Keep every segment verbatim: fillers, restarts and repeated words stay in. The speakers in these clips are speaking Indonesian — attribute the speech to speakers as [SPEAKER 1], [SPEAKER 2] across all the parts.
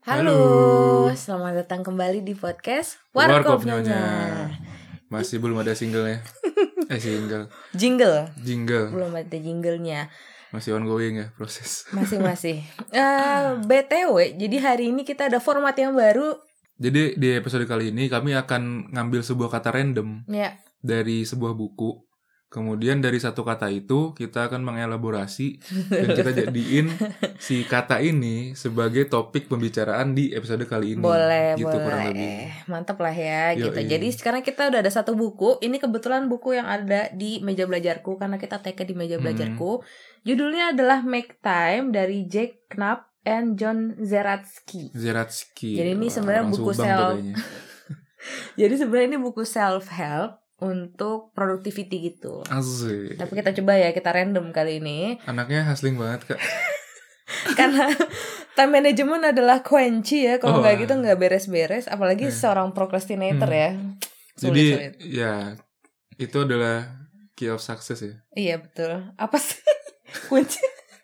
[SPEAKER 1] Halo,
[SPEAKER 2] Halo.
[SPEAKER 1] selamat datang kembali di podcast
[SPEAKER 2] Warkop
[SPEAKER 1] Warkop
[SPEAKER 2] Nyonya.
[SPEAKER 1] Nyonya.
[SPEAKER 2] Masih belum ada singlenya. Eh single
[SPEAKER 1] Jingle,
[SPEAKER 2] Jingle
[SPEAKER 1] belum ada jinglenya.
[SPEAKER 2] Masih ongoing ya proses.
[SPEAKER 1] Masih-masih. uh, B T W, jadi hari ini kita ada format yang baru.
[SPEAKER 2] Jadi di episode kali ini kami akan ngambil sebuah kata random
[SPEAKER 1] Ya,
[SPEAKER 2] dari sebuah buku. Kemudian dari satu kata itu kita akan mengelaborasi dan kita jadiin si kata ini sebagai topik pembicaraan di episode kali ini.
[SPEAKER 1] boleh,
[SPEAKER 2] gitu, kurang lebih.
[SPEAKER 1] boleh. Mantap lah ya,
[SPEAKER 2] Yoi.
[SPEAKER 1] gitu. Jadi sekarang kita udah ada satu buku. Ini kebetulan buku yang ada di meja belajarku karena kita take di meja
[SPEAKER 2] Hmm.
[SPEAKER 1] belajarku. Judulnya adalah Make Time dari Jack Knapp and John Zeratsky.
[SPEAKER 2] Zeratsky.
[SPEAKER 1] Jadi ini sebenarnya
[SPEAKER 2] Orang
[SPEAKER 1] buku
[SPEAKER 2] Subang tuh
[SPEAKER 1] self.
[SPEAKER 2] kayaknya.
[SPEAKER 1] Jadi sebenarnya ini buku self help untuk productivity gitu.
[SPEAKER 2] Asik.
[SPEAKER 1] Tapi kita coba ya, kita random kali ini.
[SPEAKER 2] Anaknya hustling banget kak.
[SPEAKER 1] Karena time management adalah kunci ya. Kalau
[SPEAKER 2] Oh,
[SPEAKER 1] nggak
[SPEAKER 2] ah.
[SPEAKER 1] gitu nggak beres-beres. Apalagi
[SPEAKER 2] Eh.
[SPEAKER 1] seorang procrastinator
[SPEAKER 2] Hmm.
[SPEAKER 1] ya.
[SPEAKER 2] Jadi
[SPEAKER 1] Sulit-sulit.
[SPEAKER 2] ya itu adalah key of success ya.
[SPEAKER 1] Iya betul. Apa sih kunci?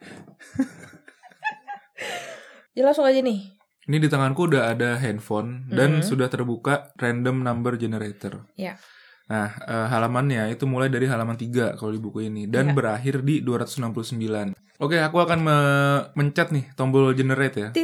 [SPEAKER 1] Ya langsung aja nih.
[SPEAKER 2] Ini di tanganku udah ada handphone dan
[SPEAKER 1] Mhm.
[SPEAKER 2] sudah terbuka random number generator.
[SPEAKER 1] Ya.
[SPEAKER 2] Nah, eh, halamannya itu mulai dari halaman tiga kalau di buku ini dan
[SPEAKER 1] Ya.
[SPEAKER 2] berakhir di dua ratus enam puluh sembilan. Oke, aku akan me- mencet nih tombol generate ya.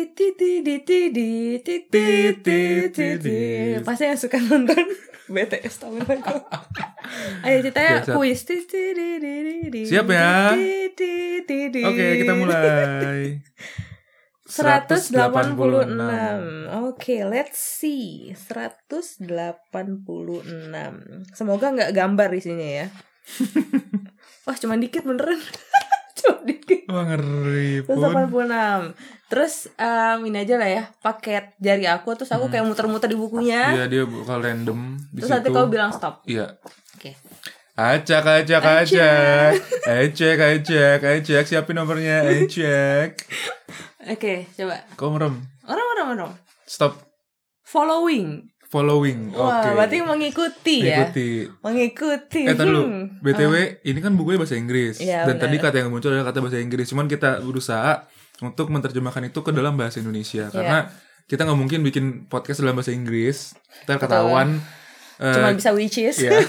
[SPEAKER 1] Titi-titi-titi-titi-titi. Pasti yang suka nonton B T S tahu aku. Ayo ceritanya
[SPEAKER 2] Oke, siap.
[SPEAKER 1] kuis. Titi-titi-titi.
[SPEAKER 2] Siap ya?
[SPEAKER 1] Titi-titi.
[SPEAKER 2] Oke, kita mulai.
[SPEAKER 1] seratus delapan puluh enam. Oke, let's see. seratus delapan puluh enam. Semoga nggak gambar di sini ya. Wah, cuma dikit beneran. Cuma dikit.
[SPEAKER 2] Wah, ngeri
[SPEAKER 1] seratus delapan
[SPEAKER 2] pun.
[SPEAKER 1] puluh enam. Terus um, ini aja lah ya, paket jari aku. Terus aku
[SPEAKER 2] Hmm.
[SPEAKER 1] kayak muter-muter di bukunya.
[SPEAKER 2] Iya, dia bakal random di
[SPEAKER 1] Terus nanti
[SPEAKER 2] situ.
[SPEAKER 1] kau bilang stop.
[SPEAKER 2] Iya.
[SPEAKER 1] Oke.
[SPEAKER 2] Acak, acak, acak. Acak, acak, acak. Siapin nomornya, acak.
[SPEAKER 1] Oke, coba.
[SPEAKER 2] Kau merem.
[SPEAKER 1] Orang-orang orang.
[SPEAKER 2] Stop.
[SPEAKER 1] Following.
[SPEAKER 2] Following. Oke.
[SPEAKER 1] Wah, berarti mengikuti ya.
[SPEAKER 2] Mengikuti.
[SPEAKER 1] Mengikuti.
[SPEAKER 2] Eh, tar dulu.
[SPEAKER 1] Hmm.
[SPEAKER 2] B T W, ini kan bukunya bahasa Inggris.
[SPEAKER 1] Iya,
[SPEAKER 2] Dan
[SPEAKER 1] benar.
[SPEAKER 2] tadi kata yang muncul adalah kata bahasa Inggris. Cuman kita berusaha untuk menerjemahkan itu ke dalam bahasa Indonesia. Karena kita nggak mungkin bikin podcast dalam bahasa Inggris. Ntar ketahuan. eh,
[SPEAKER 1] Cuma bisa which is.
[SPEAKER 2] ya.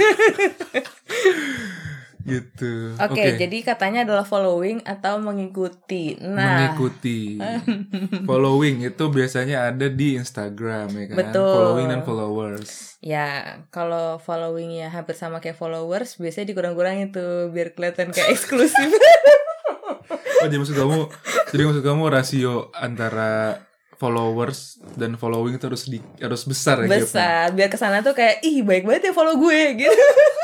[SPEAKER 2] Gitu.
[SPEAKER 1] Oke, jadi katanya adalah following atau mengikuti. Nah,
[SPEAKER 2] Mengikuti. Following itu biasanya ada di Instagram ya kan.
[SPEAKER 1] Betul.
[SPEAKER 2] Following dan followers.
[SPEAKER 1] ya kalau followingnya hampir sama kayak followers, biasanya dikurang-kurangin tuh biar kelihatan kayak eksklusif.
[SPEAKER 2] Oh, jadi maksud kamu, jadi maksud kamu rasio antara followers dan following itu harus di, harus besar ya gapnya?
[SPEAKER 1] Besar, biar kesana tuh kayak ih baik banget ya follow gue gitu.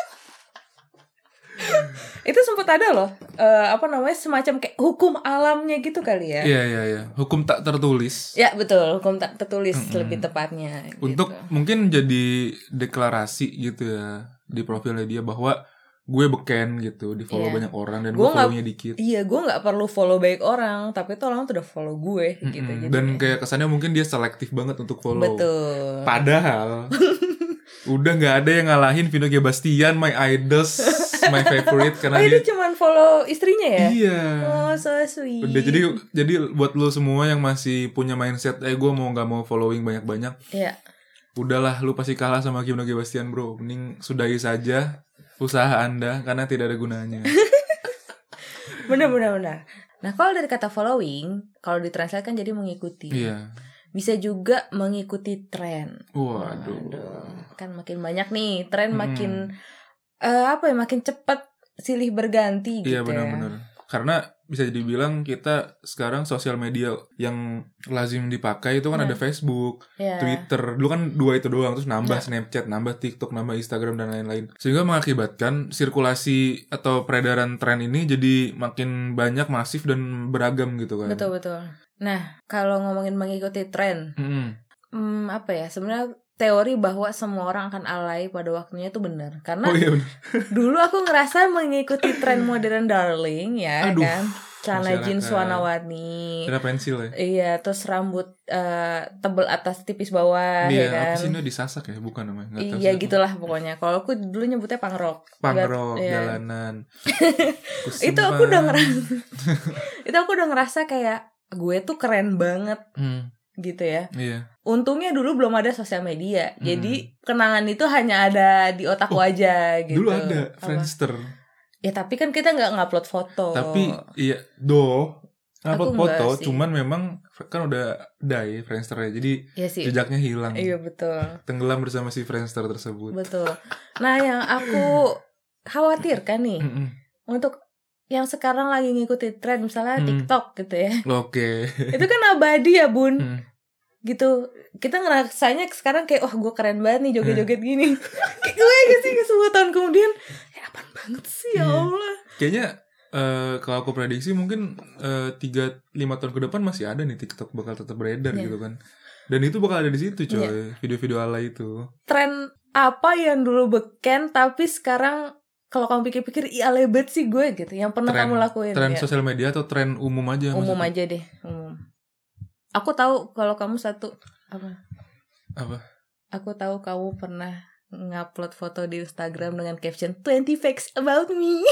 [SPEAKER 1] Itu sempat ada loh, eh, apa namanya semacam kayak hukum alamnya gitu kali ya.
[SPEAKER 2] Iya iya iya. Hukum tak tertulis.
[SPEAKER 1] Ya betul, hukum tak tertulis
[SPEAKER 2] Mm-mm.
[SPEAKER 1] lebih tepatnya.
[SPEAKER 2] Untuk
[SPEAKER 1] gitu.
[SPEAKER 2] mungkin jadi deklarasi gitu ya di profilnya dia bahwa gue beken gitu, di follow
[SPEAKER 1] Iya.
[SPEAKER 2] banyak orang dan
[SPEAKER 1] Gue
[SPEAKER 2] gue follownya dikit.
[SPEAKER 1] Iya, gue nggak perlu follow baik orang, tapi tuh orang tuh udah follow gue gitu.
[SPEAKER 2] Mm-mm.
[SPEAKER 1] Jadi
[SPEAKER 2] Dan kayak kesannya mungkin dia selektif banget untuk follow.
[SPEAKER 1] betul.
[SPEAKER 2] Padahal udah nggak ada yang ngalahin Vino G. Bastian, my idols, my favorite karena
[SPEAKER 1] Oh itu
[SPEAKER 2] dia.
[SPEAKER 1] cuman follow istrinya ya?
[SPEAKER 2] Iya.
[SPEAKER 1] Oh so sweet.
[SPEAKER 2] Udah jadi jadi buat lo semua yang masih punya mindset eh gue mau nggak mau following banyak-banyak,
[SPEAKER 1] Iya.
[SPEAKER 2] udahlah lu pasti kalah sama Vino G. Bastian bro. Mending sudahi saja usaha anda karena tidak ada gunanya.
[SPEAKER 1] Benar benar benar. Nah kalau dari kata following, kalau ditranslate kan jadi mengikuti.
[SPEAKER 2] Iya.
[SPEAKER 1] Bisa juga mengikuti tren.
[SPEAKER 2] Waduh.
[SPEAKER 1] Kan makin banyak nih tren,
[SPEAKER 2] Hmm.
[SPEAKER 1] makin eh, apa ya, makin cepat silih berganti gitu.
[SPEAKER 2] Iya benar-benar. Karena bisa dibilang kita sekarang sosial media yang lazim dipakai itu kan
[SPEAKER 1] Nah.
[SPEAKER 2] ada Facebook,
[SPEAKER 1] ya.
[SPEAKER 2] Twitter. Dulu kan dua itu doang, terus nambah
[SPEAKER 1] Ya.
[SPEAKER 2] Snapchat, nambah TikTok, nambah Instagram dan lain-lain. Sehingga mengakibatkan sirkulasi atau peredaran tren ini jadi makin banyak, masif dan beragam gitu kan.
[SPEAKER 1] Betul betul. Nah kalau ngomongin mengikuti tren,
[SPEAKER 2] Mm-mm.
[SPEAKER 1] hmm, apa ya sebenarnya teori bahwa semua orang akan alay pada waktunya itu benar. Karena
[SPEAKER 2] Oh iya benar.
[SPEAKER 1] dulu aku ngerasa mengikuti tren modern darling ya.
[SPEAKER 2] Aduh,
[SPEAKER 1] kan celana jeans
[SPEAKER 2] masyarakat.
[SPEAKER 1] warna-warni.
[SPEAKER 2] Ada pensil ya.
[SPEAKER 1] Iya, terus rambut eh, tebel atas tipis bawah
[SPEAKER 2] Iya,
[SPEAKER 1] ya kan.
[SPEAKER 2] apa sih ini disasak ya? Bukan namanya. Nggak tahu
[SPEAKER 1] Iya
[SPEAKER 2] sih.
[SPEAKER 1] gitulah pokoknya. Kalau aku dulu nyebutnya punk rock.
[SPEAKER 2] Punk
[SPEAKER 1] Nggak-
[SPEAKER 2] rock,
[SPEAKER 1] iya.
[SPEAKER 2] jalanan.
[SPEAKER 1] Itu aku udah
[SPEAKER 2] Kusumpah.
[SPEAKER 1] ngerasa. Itu aku udah ngerasa kayak gue tuh keren banget.
[SPEAKER 2] Hmm.
[SPEAKER 1] gitu ya.
[SPEAKER 2] Iya.
[SPEAKER 1] Untungnya dulu belum ada sosial media.
[SPEAKER 2] Hmm.
[SPEAKER 1] Jadi kenangan itu hanya ada di otakku
[SPEAKER 2] Oh,
[SPEAKER 1] aja gitu.
[SPEAKER 2] Dulu ada Friendster.
[SPEAKER 1] Ya tapi kan kita nggak ngupload foto.
[SPEAKER 2] Tapi iya, doh. Ngupload
[SPEAKER 1] Aku
[SPEAKER 2] foto,
[SPEAKER 1] enggak sih.
[SPEAKER 2] cuman memang kan udah die Friendster-nya. Jadi
[SPEAKER 1] Iya sih.
[SPEAKER 2] jejaknya hilang.
[SPEAKER 1] Iya betul.
[SPEAKER 2] Tenggelam bersama si Friendster tersebut.
[SPEAKER 1] Betul. Nah, yang aku khawatirkan nih
[SPEAKER 2] Mm-mm.
[SPEAKER 1] untuk yang sekarang lagi ngikutin tren misalnya
[SPEAKER 2] Hmm.
[SPEAKER 1] TikTok gitu ya.
[SPEAKER 2] Oke.
[SPEAKER 1] Itu kan abadi ya, Bun.
[SPEAKER 2] Hmm.
[SPEAKER 1] Gitu. Kita ngerasanya sekarang kayak wah gue keren banget nih joget-joget gini. Kayak gue gak sih sepuluh tahun kemudian ya apaan banget sih ya
[SPEAKER 2] Iya.
[SPEAKER 1] Allah.
[SPEAKER 2] Kayaknya eh, kalau aku prediksi mungkin tiga lima tahun ke depan masih ada nih TikTok bakal tetap beredar
[SPEAKER 1] Iya.
[SPEAKER 2] gitu kan. Dan itu bakal ada di situ coy,
[SPEAKER 1] Iya.
[SPEAKER 2] video-video ala itu.
[SPEAKER 1] Tren apa yang dulu beken tapi sekarang kalau kamu pikir-pikir iya lebet sih gue gitu. Yang pernah
[SPEAKER 2] Tren-
[SPEAKER 1] kamu lakuin
[SPEAKER 2] Tren
[SPEAKER 1] ya.
[SPEAKER 2] sosial media atau tren umum aja?
[SPEAKER 1] Umum
[SPEAKER 2] maksudnya?
[SPEAKER 1] aja deh, umum. Aku tahu kalau kamu satu apa?
[SPEAKER 2] Apa?
[SPEAKER 1] Aku tahu kamu pernah ngupload foto di Instagram dengan caption twenty facts about me.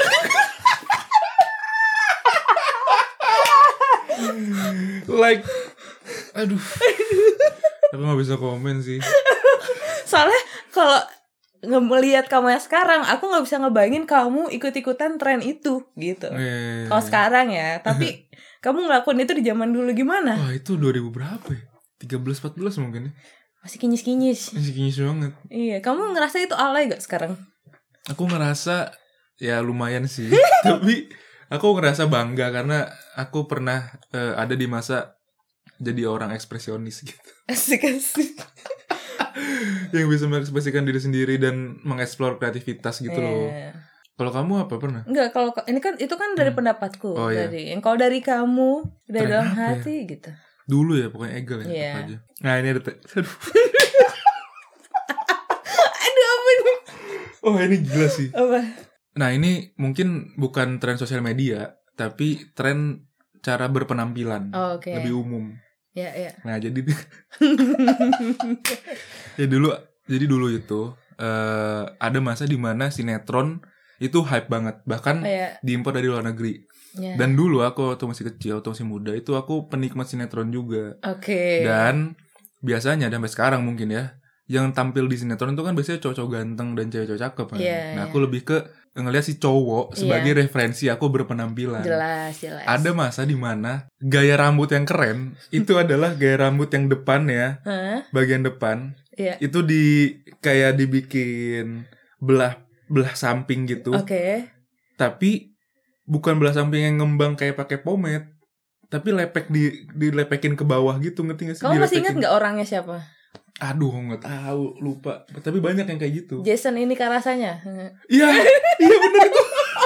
[SPEAKER 2] Like, aduh, aku nggak bisa komen sih.
[SPEAKER 1] Soalnya kalau ngelihat kamu yang sekarang, aku nggak bisa ngebayangin kamu ikut-ikutan tren itu gitu.
[SPEAKER 2] Eh,
[SPEAKER 1] Kalau sekarang ya, tapi kamu ngelakuin itu di zaman dulu gimana?
[SPEAKER 2] Wah itu dua ribu berapa ya? tiga belas empat belas mungkin ya.
[SPEAKER 1] Masih kinyis-kinyis.
[SPEAKER 2] Masih kinyis banget.
[SPEAKER 1] Iya, kamu ngerasa itu alay gak sekarang?
[SPEAKER 2] Aku ngerasa ya lumayan sih. Tapi aku ngerasa bangga karena aku pernah eh, ada di masa jadi orang ekspresionis gitu.
[SPEAKER 1] Asik-asik.
[SPEAKER 2] Yang bisa mengekspresikan diri sendiri dan mengeksplor kreativitas gitu loh.
[SPEAKER 1] Iya.
[SPEAKER 2] Kalau kamu apa pernah?
[SPEAKER 1] Enggak, kalau ini kan itu kan dari
[SPEAKER 2] Hmm.
[SPEAKER 1] pendapatku
[SPEAKER 2] Oh, iya.
[SPEAKER 1] dari. Kalau dari kamu dari
[SPEAKER 2] Tren
[SPEAKER 1] dalam
[SPEAKER 2] apa ya?
[SPEAKER 1] hati gitu.
[SPEAKER 2] Dulu ya pokoknya egal ya
[SPEAKER 1] Iya.
[SPEAKER 2] apa aja. Nah ini ada te- Aduh.
[SPEAKER 1] Aduh apa nih?
[SPEAKER 2] Oh ini gila sih.
[SPEAKER 1] Apa?
[SPEAKER 2] Nah ini mungkin bukan tren sosial media, tapi tren cara berpenampilan.
[SPEAKER 1] Oh, oke.
[SPEAKER 2] Lebih umum.
[SPEAKER 1] Ya, ya.
[SPEAKER 2] Nah jadi ya dulu jadi dulu itu eh, ada masa di mana sinetron itu hype banget, bahkan
[SPEAKER 1] Oh, ya.
[SPEAKER 2] diimpor dari luar negeri.
[SPEAKER 1] Ya.
[SPEAKER 2] Dan dulu aku waktu masih kecil, waktu masih muda itu aku penikmat sinetron juga.
[SPEAKER 1] Oke.
[SPEAKER 2] Dan biasanya dan sampai sekarang mungkin ya, yang tampil di sinetron itu kan biasanya cowok-cowok ganteng dan cewek-cewek cakep kan.
[SPEAKER 1] Iya,
[SPEAKER 2] Nah
[SPEAKER 1] iya.
[SPEAKER 2] aku lebih ke ngeliat si cowok sebagai
[SPEAKER 1] Iya.
[SPEAKER 2] referensi aku berpenampilan.
[SPEAKER 1] Jelas, jelas.
[SPEAKER 2] Ada masa di mana gaya rambut yang keren itu adalah gaya rambut yang depan ya,
[SPEAKER 1] Hah?
[SPEAKER 2] bagian depan
[SPEAKER 1] Iya.
[SPEAKER 2] itu di kayak dibikin belah belah samping gitu.
[SPEAKER 1] Oke.
[SPEAKER 2] Tapi bukan belah samping yang ngembang kayak pakai pomade, tapi lepek di dilepekin ke bawah gitu, ngerti gak sih?
[SPEAKER 1] Kamu masih ingat
[SPEAKER 2] Dilepekin.
[SPEAKER 1] nggak orangnya siapa?
[SPEAKER 2] Aduh, nggak tahu, lupa. Tapi banyak yang kayak gitu.
[SPEAKER 1] Jason ini kan rasanya.
[SPEAKER 2] Iya, iya bener itu.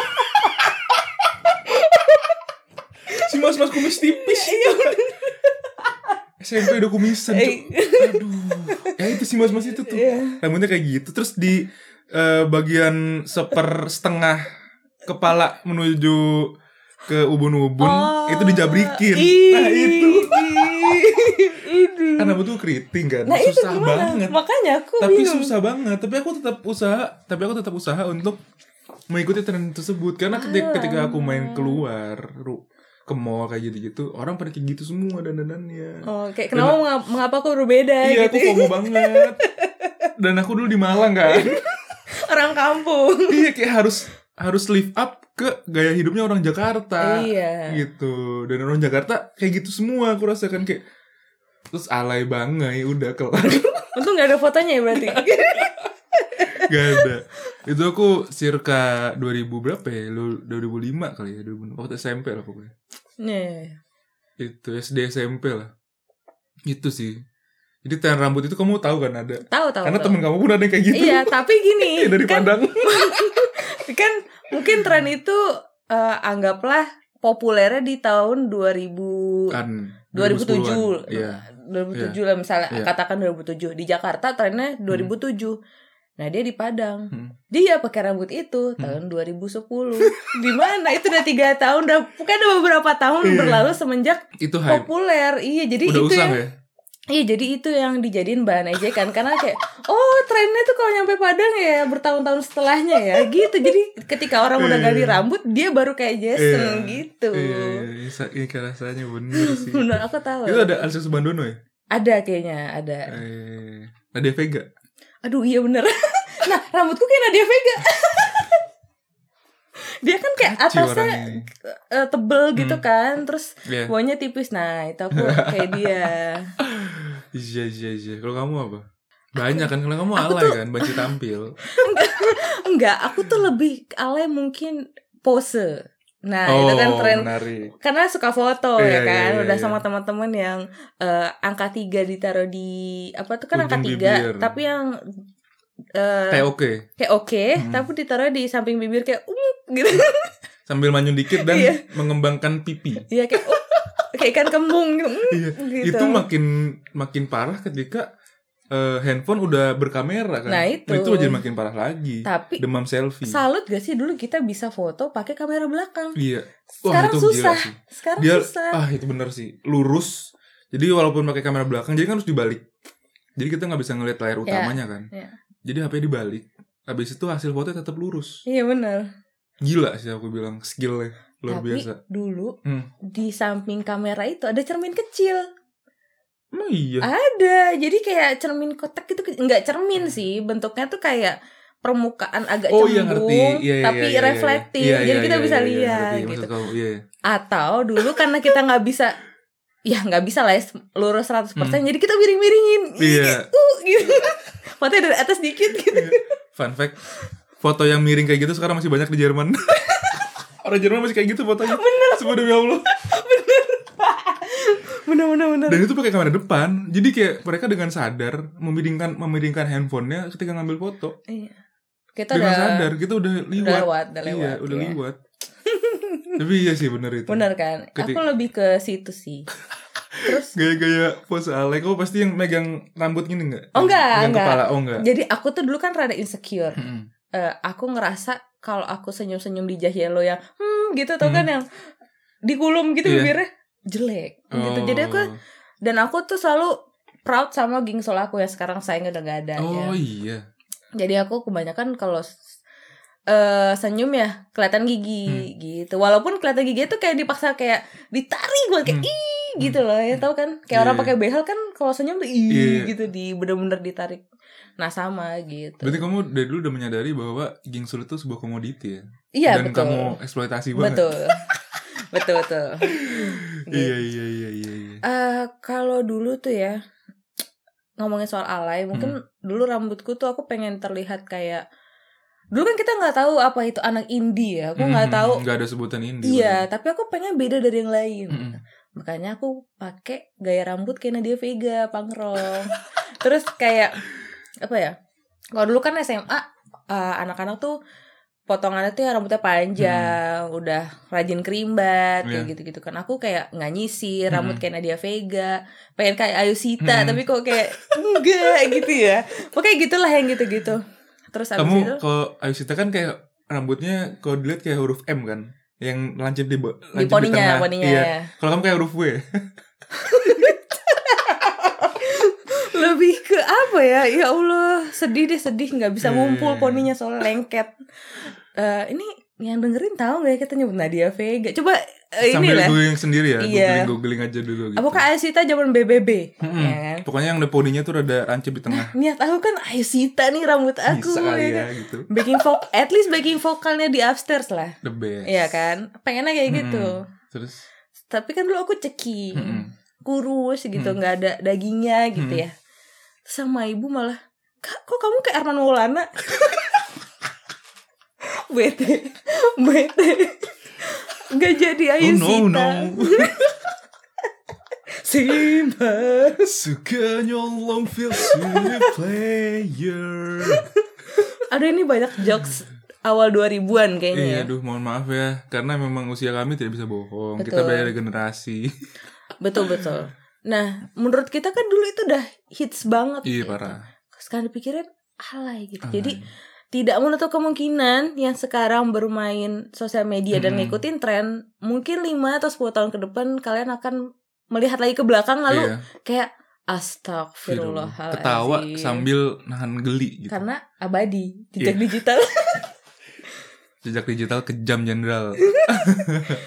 [SPEAKER 2] Si mas-mas kumis tipis.
[SPEAKER 1] Iya
[SPEAKER 2] S M P udah kumisan, Cuk.
[SPEAKER 1] Eh.
[SPEAKER 2] Aduh. Ya itu si mas-mas itu tuh.
[SPEAKER 1] Iya.
[SPEAKER 2] Rambutnya kayak gitu. Terus di eh, bagian seper setengah kepala menuju ke ubun-ubun
[SPEAKER 1] Oh,
[SPEAKER 2] itu dijabrikin.
[SPEAKER 1] ih,
[SPEAKER 2] Nah itu.
[SPEAKER 1] Ini.
[SPEAKER 2] Kan rambut tuh keriting kan.
[SPEAKER 1] Nah itu
[SPEAKER 2] susah
[SPEAKER 1] gimana?
[SPEAKER 2] banget.
[SPEAKER 1] Makanya aku
[SPEAKER 2] Tapi
[SPEAKER 1] bingung.
[SPEAKER 2] susah banget. Tapi aku tetap usaha. Tapi aku tetap usaha untuk mengikuti tren tersebut. Karena ketika,
[SPEAKER 1] Alah.
[SPEAKER 2] ketika aku main keluar ru- ke mall kayak gitu-gitu, orang pada kayak gitu semua dandanannya.
[SPEAKER 1] Oh, kayak kenapa mengapa, mengapa aku berbeda
[SPEAKER 2] Iya,
[SPEAKER 1] gitu.
[SPEAKER 2] aku FOMO banget. Dan aku dulu di Malang kan.
[SPEAKER 1] Orang kampung.
[SPEAKER 2] Iya, kayak harus harus live up ke gaya hidupnya orang Jakarta.
[SPEAKER 1] Iya.
[SPEAKER 2] Gitu. Dan orang Jakarta kayak gitu semua aku rasakan kayak terus alay banget, udah kelar.
[SPEAKER 1] Untung gak ada fotonya ya berarti.
[SPEAKER 2] Gak ada. Itu aku circa dua ribu berapa ya? Lu- dua ribu lima kali ya, dua ribu enam. Waktu S M P lah pokoknya.
[SPEAKER 1] Nih.
[SPEAKER 2] Itu S D S M P lah. Itu sih. Jadi tren rambut itu kamu tahu kan ada.
[SPEAKER 1] Tahu tahu.
[SPEAKER 2] Karena
[SPEAKER 1] tahu.
[SPEAKER 2] temen kamu pun ada yang kayak gitu.
[SPEAKER 1] Iya, tapi gini.
[SPEAKER 2] Dari
[SPEAKER 1] kan,
[SPEAKER 2] Padang.
[SPEAKER 1] kan mungkin tren itu eh, anggaplah populernya di tahun dua ribu
[SPEAKER 2] Kan
[SPEAKER 1] dua ribu tujuh.
[SPEAKER 2] Iya.
[SPEAKER 1] dua ribu tujuh lah misalnya,
[SPEAKER 2] Iya.
[SPEAKER 1] katakan dua ribu tujuh. Di Jakarta trennya dua ribu tujuh. Nah, dia di Padang.
[SPEAKER 2] Hmm.
[SPEAKER 1] Dia pakai rambut itu tahun dua ribu sepuluh. Di mana? Itu udah tiga tahun, udah bukan ada beberapa tahun
[SPEAKER 2] Iya.
[SPEAKER 1] berlalu semenjak
[SPEAKER 2] Itu hype.
[SPEAKER 1] populer. Iya, jadi
[SPEAKER 2] Udah
[SPEAKER 1] itu
[SPEAKER 2] usang
[SPEAKER 1] yang,
[SPEAKER 2] ya?
[SPEAKER 1] iya, jadi itu yang dijadiin bahan ejekan karena kayak oh, trennya tuh kalau nyampe Padang ya bertahun-tahun setelahnya ya gitu. Jadi ketika orang udah ganti rambut, dia baru kayak Jason
[SPEAKER 2] Iya.
[SPEAKER 1] gitu.
[SPEAKER 2] Iya, iya, iya. Ini kayak rasanya bener sih.
[SPEAKER 1] Bener, aku tahu.
[SPEAKER 2] Itu ada Alexis Bandono ya?
[SPEAKER 1] Ada kayaknya, ada.
[SPEAKER 2] Eh, Nadia Vega.
[SPEAKER 1] Aduh iya bener. Nah rambutku kayak Nadia Vega. Dia kan kayak
[SPEAKER 2] Kacau
[SPEAKER 1] atasnya
[SPEAKER 2] orangnya.
[SPEAKER 1] uh, tebel gitu
[SPEAKER 2] Hmm.
[SPEAKER 1] kan, terus
[SPEAKER 2] Iya.
[SPEAKER 1] bawahnya tipis. Nah itu aku kayak dia.
[SPEAKER 2] Iya iya iya. Kalau kamu apa? Banyak kan, kalau kamu
[SPEAKER 1] Aku
[SPEAKER 2] alay
[SPEAKER 1] tuh-
[SPEAKER 2] kan, banci tampil.
[SPEAKER 1] Enggak, aku tuh lebih alay mungkin pose. Nah
[SPEAKER 2] Oh,
[SPEAKER 1] itu kan tren.
[SPEAKER 2] menarik.
[SPEAKER 1] Karena suka foto
[SPEAKER 2] Iya,
[SPEAKER 1] ya kan,
[SPEAKER 2] iya, iya,
[SPEAKER 1] udah
[SPEAKER 2] iya.
[SPEAKER 1] sama teman-teman yang uh, angka tiga ditaruh di apa tuh kan angka
[SPEAKER 2] Ujung
[SPEAKER 1] tiga,
[SPEAKER 2] bibir.
[SPEAKER 1] tapi yang uh,
[SPEAKER 2] Kayak oke.
[SPEAKER 1] kayak oke,
[SPEAKER 2] Hmm.
[SPEAKER 1] tapi ditaruh di samping bibir kayak um gitu.
[SPEAKER 2] Sambil manyun dikit dan
[SPEAKER 1] Iya.
[SPEAKER 2] mengembangkan pipi.
[SPEAKER 1] Iya kayak uh, kayak ikan kembung gitu. Mm,
[SPEAKER 2] Iya.
[SPEAKER 1] gitu.
[SPEAKER 2] Itu makin makin parah ketika uh, handphone udah berkamera kan.
[SPEAKER 1] Nah, itu.
[SPEAKER 2] Itu jadi makin parah lagi.
[SPEAKER 1] Tapi
[SPEAKER 2] demam selfie.
[SPEAKER 1] salut gak sih dulu kita bisa foto pakai kamera belakang.
[SPEAKER 2] Iya. Wah,
[SPEAKER 1] Sekarang
[SPEAKER 2] itu gila
[SPEAKER 1] susah.
[SPEAKER 2] sih.
[SPEAKER 1] Sekarang
[SPEAKER 2] Dia
[SPEAKER 1] susah.
[SPEAKER 2] ah itu bener sih. Lurus. Jadi walaupun pakai kamera belakang, jadi kan harus dibalik. Jadi kita nggak bisa ngeliat layar utamanya kan.
[SPEAKER 1] Ya.
[SPEAKER 2] Jadi H P dibalik. Habis itu hasil foto tetap lurus.
[SPEAKER 1] Iya benar.
[SPEAKER 2] Gila sih aku bilang skillnya luar
[SPEAKER 1] Tapi
[SPEAKER 2] biasa.
[SPEAKER 1] dulu
[SPEAKER 2] Hmm.
[SPEAKER 1] di samping kamera itu ada cermin kecil.
[SPEAKER 2] Emang iya.
[SPEAKER 1] Ada. Jadi kayak cermin kotak gitu, enggak cermin sih, bentuknya tuh kayak permukaan agak
[SPEAKER 2] Oh iya
[SPEAKER 1] cembung,
[SPEAKER 2] ngerti. Iya, iya,
[SPEAKER 1] tapi
[SPEAKER 2] iya, iya,
[SPEAKER 1] reflektif.
[SPEAKER 2] iya,
[SPEAKER 1] Jadi
[SPEAKER 2] iya,
[SPEAKER 1] kita
[SPEAKER 2] iya,
[SPEAKER 1] bisa
[SPEAKER 2] iya, iya,
[SPEAKER 1] lihat
[SPEAKER 2] ngerti.
[SPEAKER 1] gitu.
[SPEAKER 2] Maksud kamu, iya.
[SPEAKER 1] Atau dulu karena kita nggak bisa, ya nggak bisa lah ya, lurus seratus persen,
[SPEAKER 2] Hmm.
[SPEAKER 1] jadi kita miring-miringin.
[SPEAKER 2] Iya.
[SPEAKER 1] Uh, gitu. Fotonya dari atas dikit gitu.
[SPEAKER 2] Fun fact, foto yang miring kayak gitu sekarang masih banyak di Jerman. Orang Jerman masih kayak gitu fotonya. Bener. Semua demi Allah.
[SPEAKER 1] Bener bener bener.
[SPEAKER 2] Dan itu pakai kamera depan. Jadi kayak mereka dengan sadar memiringkan memiringkan handphonenya ketika ngambil foto.
[SPEAKER 1] Iya. Kita
[SPEAKER 2] Dengan
[SPEAKER 1] udah
[SPEAKER 2] sadar kita udah liwat.
[SPEAKER 1] udah lewat, udah lewat.
[SPEAKER 2] Iya, udah
[SPEAKER 1] iya.
[SPEAKER 2] liwat. Tapi iya sih bener itu.
[SPEAKER 1] Bener kan?
[SPEAKER 2] Ketik-
[SPEAKER 1] Aku lebih ke situ sih. Terus
[SPEAKER 2] Gaya-gaya pose alay. Kau pasti yang megang rambut gini gak?
[SPEAKER 1] Oh, enggak,
[SPEAKER 2] Megang
[SPEAKER 1] enggak.
[SPEAKER 2] kepala, oh enggak.
[SPEAKER 1] jadi aku tuh dulu kan rada insecure.
[SPEAKER 2] Mm-mm.
[SPEAKER 1] Eh, aku ngerasa kalau aku senyum-senyum di Jahielo yang hmm gitu tau kan
[SPEAKER 2] Hmm.
[SPEAKER 1] yang digulung gitu
[SPEAKER 2] Iya.
[SPEAKER 1] bibirnya jelek gitu.
[SPEAKER 2] Oh.
[SPEAKER 1] Jadi aku dan aku tuh selalu proud sama gingsol aku yang sekarang sayangnya udah gak ada
[SPEAKER 2] Oh
[SPEAKER 1] ya.
[SPEAKER 2] iya.
[SPEAKER 1] Jadi aku kebanyakan kalau eh senyum ya kelihatan gigi gitu. Walaupun kelihatan gigi itu kayak dipaksa kayak ditarik buat kayak
[SPEAKER 2] Hmm.
[SPEAKER 1] ih gitu loh ya tau kan. Kayak
[SPEAKER 2] Iya.
[SPEAKER 1] orang pakai behel kan kalau senyum tuh ih
[SPEAKER 2] Iya.
[SPEAKER 1] gitu di bener-bener ditarik. Nah sama gitu.
[SPEAKER 2] Berarti kamu dari dulu udah menyadari bahwa gingsul itu sebuah komoditi ya?
[SPEAKER 1] Iya
[SPEAKER 2] Dan
[SPEAKER 1] betul.
[SPEAKER 2] kamu eksploitasi banget.
[SPEAKER 1] Betul. betul betul.
[SPEAKER 2] Iya iya iya iya. iya.
[SPEAKER 1] Eh kalau dulu tuh ya ngomongin soal alay, mungkin
[SPEAKER 2] Hmm.
[SPEAKER 1] dulu rambutku tuh aku pengen terlihat kayak dulu kan kita nggak tahu apa itu anak indie ya, aku nggak
[SPEAKER 2] Mhm,
[SPEAKER 1] tahu.
[SPEAKER 2] nggak ada sebutan indie.
[SPEAKER 1] Iya, tapi aku pengen beda dari yang lain.
[SPEAKER 2] Mhm.
[SPEAKER 1] Makanya aku pakai gaya rambut kayak Nadia Vega, pangrong. Terus kayak apa ya? Kalau dulu kan S M A uh, anak-anak tuh potongannya tuh ya rambutnya panjang, udah rajin kerimbat kayak
[SPEAKER 2] Iya.
[SPEAKER 1] gitu-gitu kan. Aku kayak nggak nyisir, rambut
[SPEAKER 2] Mhm.
[SPEAKER 1] kayak Nadia Vega, pengen kayak Ayu Sita,
[SPEAKER 2] Mhm.
[SPEAKER 1] tapi kok kayak enggak gitu ya. Pokoknya gitulah yang gitu-gitu. Terus abis
[SPEAKER 2] Kamu
[SPEAKER 1] itu
[SPEAKER 2] kalau Ayusita kan kayak rambutnya kalau dilihat kayak huruf M kan, yang lancip di bo-
[SPEAKER 1] di
[SPEAKER 2] lancip
[SPEAKER 1] poninya,
[SPEAKER 2] tengah.
[SPEAKER 1] poninya.
[SPEAKER 2] Iya. Kalau kamu kayak huruf W.
[SPEAKER 1] Lebih ke apa ya? Ya Allah, sedih deh, sedih nggak bisa
[SPEAKER 2] Eh.
[SPEAKER 1] ngumpul poninya soal lengket. Eh, ini yang dengerin tahu nggak ya kita nyebut Nadia Vega? Coba eh, ini
[SPEAKER 2] Sambil
[SPEAKER 1] lah.
[SPEAKER 2] googling sendiri ya,
[SPEAKER 1] Iya.
[SPEAKER 2] googling googling aja dulu gitu.
[SPEAKER 1] Apakah Ayusita zaman B B B?
[SPEAKER 2] Mm-mm.
[SPEAKER 1] Ya kan?
[SPEAKER 2] Pokoknya yang ada poninya tuh rada rancip di tengah.
[SPEAKER 1] Niat aku kan Ayusita nih rambut aku.
[SPEAKER 2] Bisa kali
[SPEAKER 1] ya
[SPEAKER 2] ya
[SPEAKER 1] kan?
[SPEAKER 2] gitu.
[SPEAKER 1] Backing vok, at least backing vokalnya di upstairs lah.
[SPEAKER 2] The best.
[SPEAKER 1] Iya kan? Pengennya kayak
[SPEAKER 2] Mm-mm.
[SPEAKER 1] gitu.
[SPEAKER 2] Terus
[SPEAKER 1] Tapi kan dulu aku ceki,
[SPEAKER 2] Mm-mm.
[SPEAKER 1] kurus gitu,
[SPEAKER 2] Mm.
[SPEAKER 1] nggak ada dagingnya gitu
[SPEAKER 2] Mm.
[SPEAKER 1] ya. Sama ibu malah, Kak, kok kamu kayak Arman Maulana? Bete, bete. Gak jadi Ayu
[SPEAKER 2] Oh no
[SPEAKER 1] Sita.
[SPEAKER 2] no.
[SPEAKER 1] Simba.
[SPEAKER 2] Suka nyolong feel sulit player.
[SPEAKER 1] Ada ini banyak jokes awal dua ribuan kayaknya
[SPEAKER 2] Iya,
[SPEAKER 1] ya.
[SPEAKER 2] aduh mohon maaf ya, karena memang usia kami tidak bisa bohong.
[SPEAKER 1] Betul.
[SPEAKER 2] Kita beda generasi.
[SPEAKER 1] Betul-betul. Nah, menurut kita kan dulu itu udah hits banget.
[SPEAKER 2] Iya
[SPEAKER 1] gitu.
[SPEAKER 2] parah.
[SPEAKER 1] Sekarang dipikirin alay gitu.
[SPEAKER 2] Alay.
[SPEAKER 1] Jadi tidak menutup kemungkinan yang sekarang bermain sosial media dan
[SPEAKER 2] Mm-mm.
[SPEAKER 1] ngikutin tren, mungkin lima atau sepuluh tahun ke depan kalian akan melihat lagi ke belakang lalu
[SPEAKER 2] Iya.
[SPEAKER 1] kayak astagfirullahaladzim.
[SPEAKER 2] Ketawa sambil nahan geli gitu.
[SPEAKER 1] Karena abadi, jejak
[SPEAKER 2] Iya.
[SPEAKER 1] digital.
[SPEAKER 2] Jejak digital kejam jenderal.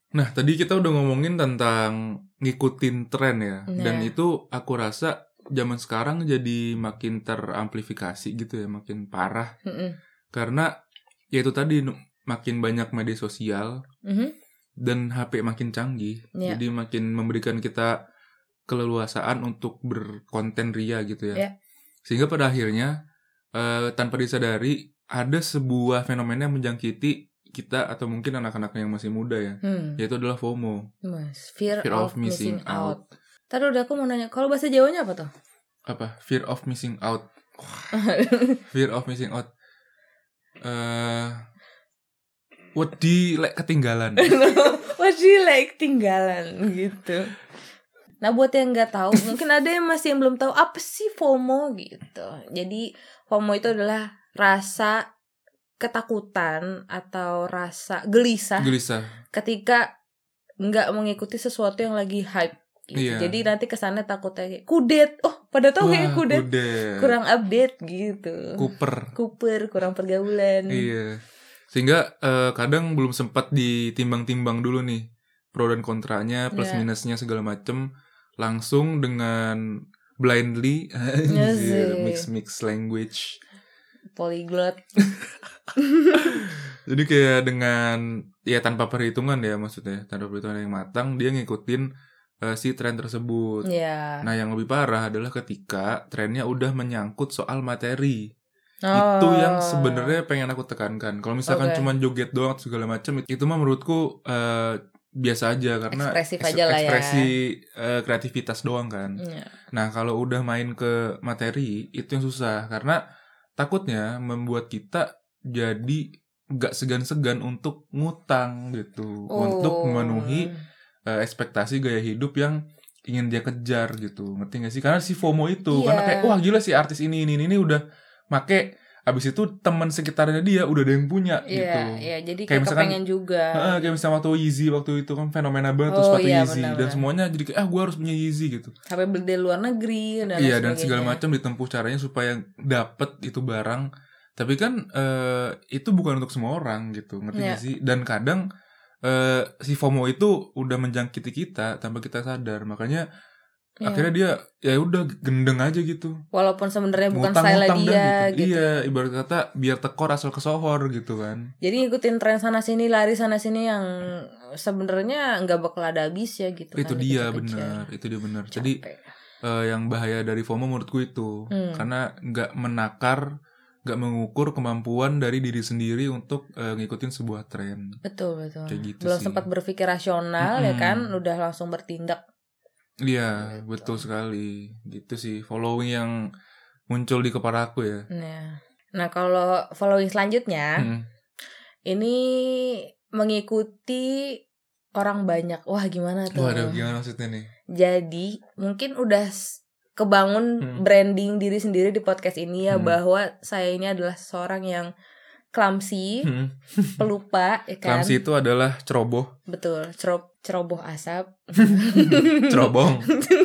[SPEAKER 2] Nah, tadi kita udah ngomongin tentang ngikutin tren ya.
[SPEAKER 1] Nah.
[SPEAKER 2] Dan itu aku rasa zaman sekarang jadi makin teramplifikasi gitu ya, makin parah.
[SPEAKER 1] Mm-mm.
[SPEAKER 2] Karena ya itu tadi makin banyak media sosial
[SPEAKER 1] Mm-hmm.
[SPEAKER 2] dan H P makin canggih.
[SPEAKER 1] Yeah.
[SPEAKER 2] Jadi makin memberikan kita keleluasaan untuk berkonten ria gitu ya.
[SPEAKER 1] Yeah.
[SPEAKER 2] Sehingga pada akhirnya uh, tanpa disadari ada sebuah fenomena yang menjangkiti kita atau mungkin anak-anak yang masih muda ya,
[SPEAKER 1] Hmm.
[SPEAKER 2] yaitu adalah FOMO,
[SPEAKER 1] Mas, fear,
[SPEAKER 2] fear
[SPEAKER 1] of,
[SPEAKER 2] of
[SPEAKER 1] missing,
[SPEAKER 2] missing
[SPEAKER 1] out. Tadi udah aku mau nanya, kalau bahasa Jawanya apa tuh?
[SPEAKER 2] Apa? Fear of missing out. Fear of missing out. Uh, wedi lek ketinggalan.
[SPEAKER 1] Wedi lek ketinggalan gitu. Nah, buat yang nggak tahu, mungkin ada yang masih yang belum tahu apa sih FOMO gitu. Jadi FOMO itu adalah rasa ketakutan atau rasa gelisah,
[SPEAKER 2] Gelisah.
[SPEAKER 1] ketika nggak mengikuti sesuatu yang lagi hype gitu.
[SPEAKER 2] Iya.
[SPEAKER 1] Jadi nanti kesannya takutnya kayak kudet. Oh, pada tahu kayak kudet.
[SPEAKER 2] kudet.
[SPEAKER 1] Kurang update gitu.
[SPEAKER 2] Kuper.
[SPEAKER 1] Kuper, kurang pergaulan.
[SPEAKER 2] Iya. Sehingga uh, kadang belum sempat ditimbang-timbang dulu nih pro dan kontranya, plus
[SPEAKER 1] Yeah.
[SPEAKER 2] minusnya segala macem. Langsung dengan blindly
[SPEAKER 1] Yes,
[SPEAKER 2] mix-mix language.
[SPEAKER 1] Polyglot.
[SPEAKER 2] Jadi kayak dengan ya tanpa perhitungan ya, maksudnya tanpa perhitungan yang matang dia ngikutin uh, si tren tersebut.
[SPEAKER 1] Yeah.
[SPEAKER 2] Nah, yang lebih parah adalah ketika trennya udah menyangkut soal materi.
[SPEAKER 1] Oh.
[SPEAKER 2] Itu yang sebenarnya pengen aku tekankan. Kalau misalkan
[SPEAKER 1] Okay.
[SPEAKER 2] cuma joget doang segala macam, itu mah menurutku uh, biasa aja karena
[SPEAKER 1] Ekspresif
[SPEAKER 2] eks-
[SPEAKER 1] aja lah ya.
[SPEAKER 2] ekspresi uh, kreativitas doang kan.
[SPEAKER 1] Yeah.
[SPEAKER 2] Nah, kalau udah main ke materi itu yang susah karena takutnya membuat kita jadi gak segan-segan untuk ngutang gitu,
[SPEAKER 1] Oh.
[SPEAKER 2] untuk memenuhi uh, ekspektasi gaya hidup yang ingin dia kejar gitu, ngerti gak sih? Karena si FOMO itu,
[SPEAKER 1] Iya.
[SPEAKER 2] karena kayak wah gila sih artis ini ini ini udah make, abis itu teman sekitarnya dia udah ada yang punya
[SPEAKER 1] Iya,
[SPEAKER 2] gitu.
[SPEAKER 1] iya, jadi
[SPEAKER 2] Kayak
[SPEAKER 1] kayak
[SPEAKER 2] misalkan,
[SPEAKER 1] kepengen juga.
[SPEAKER 2] Heeh, kayak misalnya waktu Yeezy waktu itu kan fenomena banget tuh
[SPEAKER 1] Oh,
[SPEAKER 2] sepatu
[SPEAKER 1] iya,
[SPEAKER 2] Yeezy, dan
[SPEAKER 1] benar-benar.
[SPEAKER 2] semuanya jadi kayak ah gue harus punya Yeezy gitu.
[SPEAKER 1] Sampai beli di luar negeri dan
[SPEAKER 2] Iya,
[SPEAKER 1] lain
[SPEAKER 2] dan segala
[SPEAKER 1] sebagainya.
[SPEAKER 2] macam ditempuh caranya supaya dapet itu barang. Tapi kan eh, itu bukan untuk semua orang gitu, ngerti
[SPEAKER 1] Iya.
[SPEAKER 2] gak sih? Dan kadang eh, si FOMO itu udah menjangkiti kita tanpa kita sadar. Makanya
[SPEAKER 1] Iya.
[SPEAKER 2] akhirnya dia ya udah gendeng aja gitu.
[SPEAKER 1] Walaupun sebenarnya bukan
[SPEAKER 2] Ngutang-ngutang
[SPEAKER 1] style
[SPEAKER 2] dah
[SPEAKER 1] dia
[SPEAKER 2] gitu.
[SPEAKER 1] gitu.
[SPEAKER 2] Iya, ibarat kata biar tekor asal kesohor gitu kan.
[SPEAKER 1] Jadi ngikutin tren sana sini, lari sana sini yang sebenarnya nggak bakal ada habis ya gitu.
[SPEAKER 2] Itu
[SPEAKER 1] kan,
[SPEAKER 2] dia
[SPEAKER 1] dikejar-kejar.
[SPEAKER 2] benar, itu dia benar. Jadi
[SPEAKER 1] Capek.
[SPEAKER 2] eh, yang bahaya dari FOMO menurutku itu
[SPEAKER 1] Hmm.
[SPEAKER 2] karena nggak menakar, nggak mengukur kemampuan dari diri sendiri untuk eh, ngikutin sebuah tren.
[SPEAKER 1] Betul betul.
[SPEAKER 2] Kayak gitu
[SPEAKER 1] Belum
[SPEAKER 2] sih.
[SPEAKER 1] sempat berpikir rasional ya
[SPEAKER 2] Mm-mm.
[SPEAKER 1] kan, udah langsung bertindak.
[SPEAKER 2] Iya,
[SPEAKER 1] Gitu.
[SPEAKER 2] betul sekali. Gitu sih following yang muncul di kepala aku ya.
[SPEAKER 1] Nah, nah kalau following selanjutnya
[SPEAKER 2] Mm-mm.
[SPEAKER 1] ini mengikuti orang banyak. Wah gimana tuh?
[SPEAKER 2] Waduh, gimana maksudnya nih?
[SPEAKER 1] Jadi mungkin udah s- kebangun
[SPEAKER 2] Hmm.
[SPEAKER 1] branding diri sendiri di podcast ini ya,
[SPEAKER 2] Hmm.
[SPEAKER 1] bahwa saya ini adalah seorang yang clumsy,
[SPEAKER 2] Hmm.
[SPEAKER 1] pelupa, ya kan?
[SPEAKER 2] Clumsy itu adalah ceroboh,
[SPEAKER 1] Betul, cerob ceroboh asap.
[SPEAKER 2] cerobong.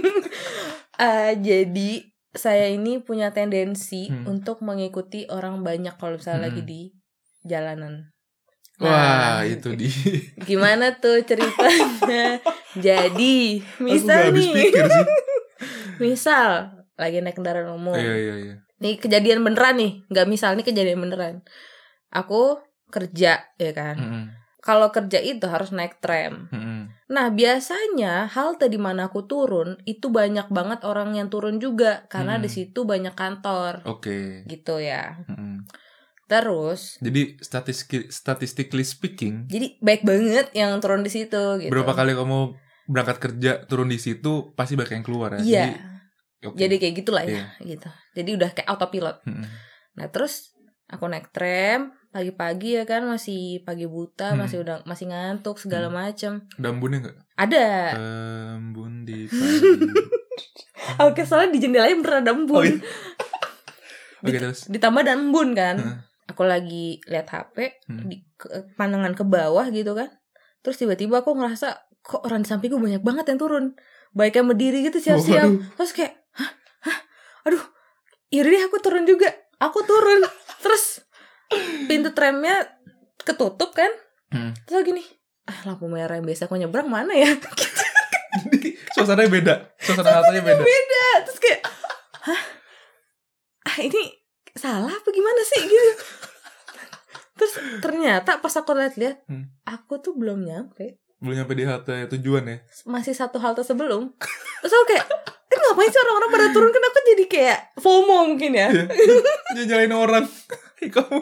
[SPEAKER 1] Eh, jadi saya ini punya tendensi
[SPEAKER 2] Hmm.
[SPEAKER 1] untuk mengikuti orang banyak kalau misalnya
[SPEAKER 2] Hmm.
[SPEAKER 1] lagi di jalanan.
[SPEAKER 2] Wah,
[SPEAKER 1] Nah,
[SPEAKER 2] itu di.
[SPEAKER 1] gimana tuh ceritanya? Jadi,
[SPEAKER 2] Aku
[SPEAKER 1] misal
[SPEAKER 2] gak habis
[SPEAKER 1] nih,
[SPEAKER 2] pikir sih.
[SPEAKER 1] misal lagi naik kendaraan umum.
[SPEAKER 2] Iya, iya, iya.
[SPEAKER 1] Nih kejadian beneran nih, nggak misal nih kejadian beneran. Aku kerja ya kan.
[SPEAKER 2] Mm-mm.
[SPEAKER 1] Kalau kerja itu harus naik tram.
[SPEAKER 2] Mm-mm.
[SPEAKER 1] Nah biasanya halte di mana aku turun itu banyak banget orang yang turun juga karena
[SPEAKER 2] Hmm.
[SPEAKER 1] di situ banyak kantor
[SPEAKER 2] Oke.
[SPEAKER 1] gitu ya.
[SPEAKER 2] Mm-mm.
[SPEAKER 1] Terus
[SPEAKER 2] Jadi statistik statistically speaking,
[SPEAKER 1] jadi baik banget yang turun di situ gitu.
[SPEAKER 2] berapa kali kamu berangkat kerja turun di situ pasti banyak yang keluar ya.
[SPEAKER 1] Iya.
[SPEAKER 2] Jadi, oke.
[SPEAKER 1] Jadi kayak gitulah ya,
[SPEAKER 2] Iya.
[SPEAKER 1] gitu. Jadi udah kayak autopilot.
[SPEAKER 2] Mm-mm.
[SPEAKER 1] Nah terus aku naik tram pagi-pagi ya kan, masih pagi buta,
[SPEAKER 2] Hmm.
[SPEAKER 1] masih udah masih ngantuk segala
[SPEAKER 2] Hmm.
[SPEAKER 1] macem.
[SPEAKER 2] Ada embunnya nggak?
[SPEAKER 1] Ada.
[SPEAKER 2] Embun di pagi.
[SPEAKER 1] Oke, soalnya di jendelanya beneran ada embun.
[SPEAKER 2] Oh, iya. Oke, terus.
[SPEAKER 1] Ditambah ada embun kan.
[SPEAKER 2] Heeh.
[SPEAKER 1] Aku lagi lihat H P,
[SPEAKER 2] Hmm.
[SPEAKER 1] di ke- pandangan ke bawah gitu kan. Terus tiba-tiba aku ngerasa kok orang di sampingku banyak banget yang turun. Baik yang berdiri gitu siap-siap.
[SPEAKER 2] Waduh.
[SPEAKER 1] Terus kayak, hah, hah, aduh, yaudah deh aku turun juga. Aku turun. Terus pintu tramnya ketutup kan.
[SPEAKER 2] Hmm.
[SPEAKER 1] Terus gini, ah lampu merah yang biasa aku nyebrang mana ya?
[SPEAKER 2] Jadi suasananya beda, suasana hatanya beda.
[SPEAKER 1] Beda, terus kayak, hah, ah ini salah apa gimana sih gitu. Terus ternyata pas aku lihat-lihat, hmm. aku tuh belum nyampe.
[SPEAKER 2] Belum nyampe di halte tujuan ya?
[SPEAKER 1] Masih satu halte sebelum. Terus aku kayak, eh ngapain sih orang-orang pada turun? Kan aku jadi kayak FOMO mungkin ya.
[SPEAKER 2] Dia nyalain orang. Kamu.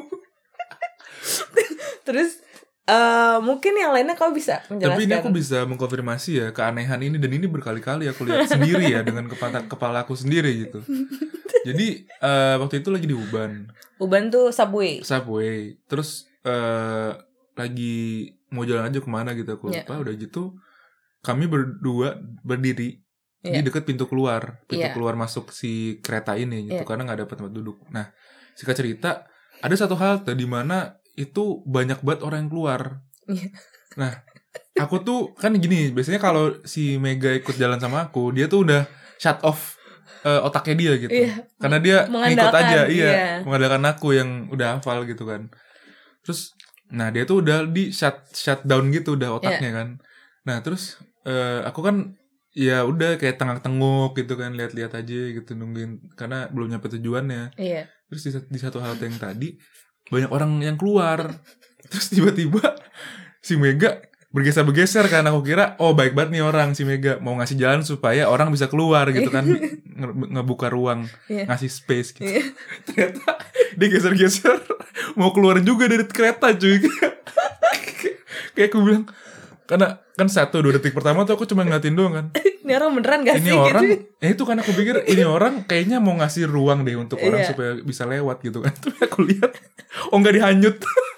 [SPEAKER 1] Terus uh, mungkin yang lainnya kau bisa menjelaskan.
[SPEAKER 2] Tapi ini aku bisa mengkonfirmasi ya keanehan ini. Dan ini berkali-kali aku lihat sendiri ya dengan kepala, kepala aku sendiri gitu. Jadi uh, waktu itu lagi di Uban.
[SPEAKER 1] Uban tuh subway.
[SPEAKER 2] Subway. Terus uh, lagi mau jalan aja kemana gitu aku lupa. Yeah. Udah gitu kami berdua berdiri yeah. di dekat pintu keluar. Pintu yeah. keluar masuk si kereta ini gitu. Yeah. Karena gak dapet tempat duduk. Nah singkat cerita ada satu halte di mana itu banyak banget orang yang keluar. Yeah. Nah aku tuh kan gini. Biasanya kalau si Mega ikut jalan sama aku, dia tuh udah shut off Uh, otaknya dia gitu, iya. Karena dia ngikut aja, iya, iya, mengandalkan aku yang udah hafal gitu kan. Terus, nah dia tuh udah di shut shut down gitu, udah otaknya iya. kan. Nah terus uh, aku kan, ya udah kayak tengah-tengok gitu kan, lihat-lihat aja gitu nungguin karena belum nyampe tujuannya.
[SPEAKER 1] Iya.
[SPEAKER 2] Terus di, di satu halte yang tadi banyak orang yang keluar, terus tiba-tiba si Mega bergeser-bergeser kan, aku kira oh baik banget nih orang si Mega mau ngasih jalan supaya orang bisa keluar gitu kan, nge- ngebuka ruang, yeah. ngasih space gitu. Yeah. Ternyata dia geser-geser mau keluar juga dari kereta cuy. Kayak aku bilang, karena kan satu dua detik pertama tuh aku cuma ngeliatin doang kan.
[SPEAKER 1] Ini orang beneran gak
[SPEAKER 2] ini
[SPEAKER 1] sih? Ini orang,
[SPEAKER 2] gitu? Ya itu kan aku pikir ini orang kayaknya mau ngasih ruang deh untuk orang yeah. supaya bisa lewat gitu kan. Tapi aku lihat, oh nggak dihanyut.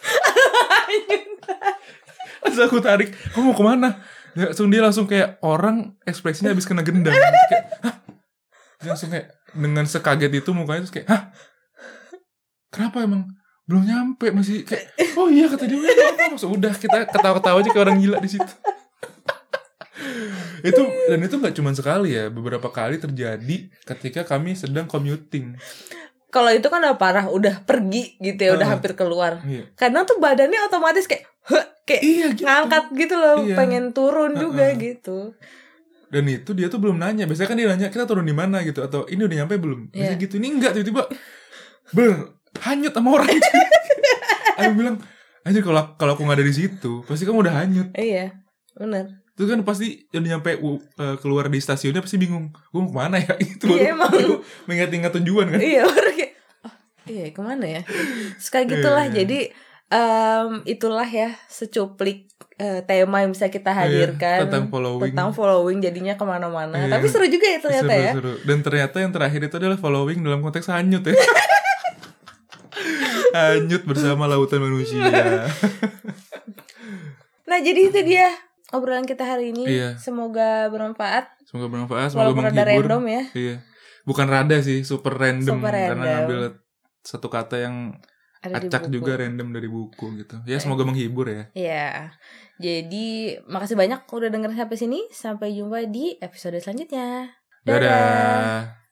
[SPEAKER 2] Terus aku tarik, kamu mau kemana? Langsung dia langsung kayak orang ekspresinya habis kena gendam. Kayak, hah? Dia langsung kayak dengan sekaget itu mukanya terus kayak, hah? Kenapa emang? Belum nyampe masih kayak, oh iya kata dia, apa? Maksud udah kita ketawa-ketawa aja kayak orang gila di situ. Itu dan itu nggak cuma sekali ya, beberapa kali terjadi ketika kami sedang commuting.
[SPEAKER 1] Kalau itu kan udah parah, udah pergi gitu ya, uh, udah hampir keluar. Iya. Karena tuh badannya otomatis kayak, huh, kayak
[SPEAKER 2] iya, gitu.
[SPEAKER 1] ngangkat gitu loh, iya. pengen turun uh-uh. juga gitu.
[SPEAKER 2] Dan itu dia tuh belum nanya. Biasanya kan dia nanya, kita turun di mana gitu, atau ini udah nyampe belum? Biasanya yeah. gitu. Ini enggak, tiba-tiba ber hanyut sama orang. Aku bilang, anjir kalau kalau aku nggak ada di situ, pasti kamu udah hanyut.
[SPEAKER 1] Iya, benar.
[SPEAKER 2] Itu kan pasti udah nyampe uh, keluar di stasiunnya pasti bingung, gue mau kemana ya? Itu
[SPEAKER 1] iya,
[SPEAKER 2] baru, baru mengingat-ingat tujuan kan?
[SPEAKER 1] Iya, baru kayak, oh, iya kemana ya? Sekali gitulah, yeah. Jadi um, itulah ya secuplik uh, tema yang bisa kita hadirkan
[SPEAKER 2] yeah, tentang following,
[SPEAKER 1] tentang following jadinya kemana-mana. Yeah. Tapi seru juga ya ternyata seru, ya.
[SPEAKER 2] Seru. Dan ternyata yang terakhir itu adalah following dalam konteks hanyut ya. Hanyut bersama lautan manusia.
[SPEAKER 1] Nah jadi itu dia obrolan kita hari ini. Iya. Semoga bermanfaat.
[SPEAKER 2] Semoga bermanfaat, semoga
[SPEAKER 1] walaupun
[SPEAKER 2] menghibur.
[SPEAKER 1] Rada random ya.
[SPEAKER 2] Iya. Bukan rada sih, super random, super random. Karena ngambil satu kata yang ada acak juga random dari buku gitu. Ya semoga menghibur ya.
[SPEAKER 1] Iya. Jadi makasih banyak udah dengerin sampai sini. Sampai jumpa di episode selanjutnya. Dadah. Dadah.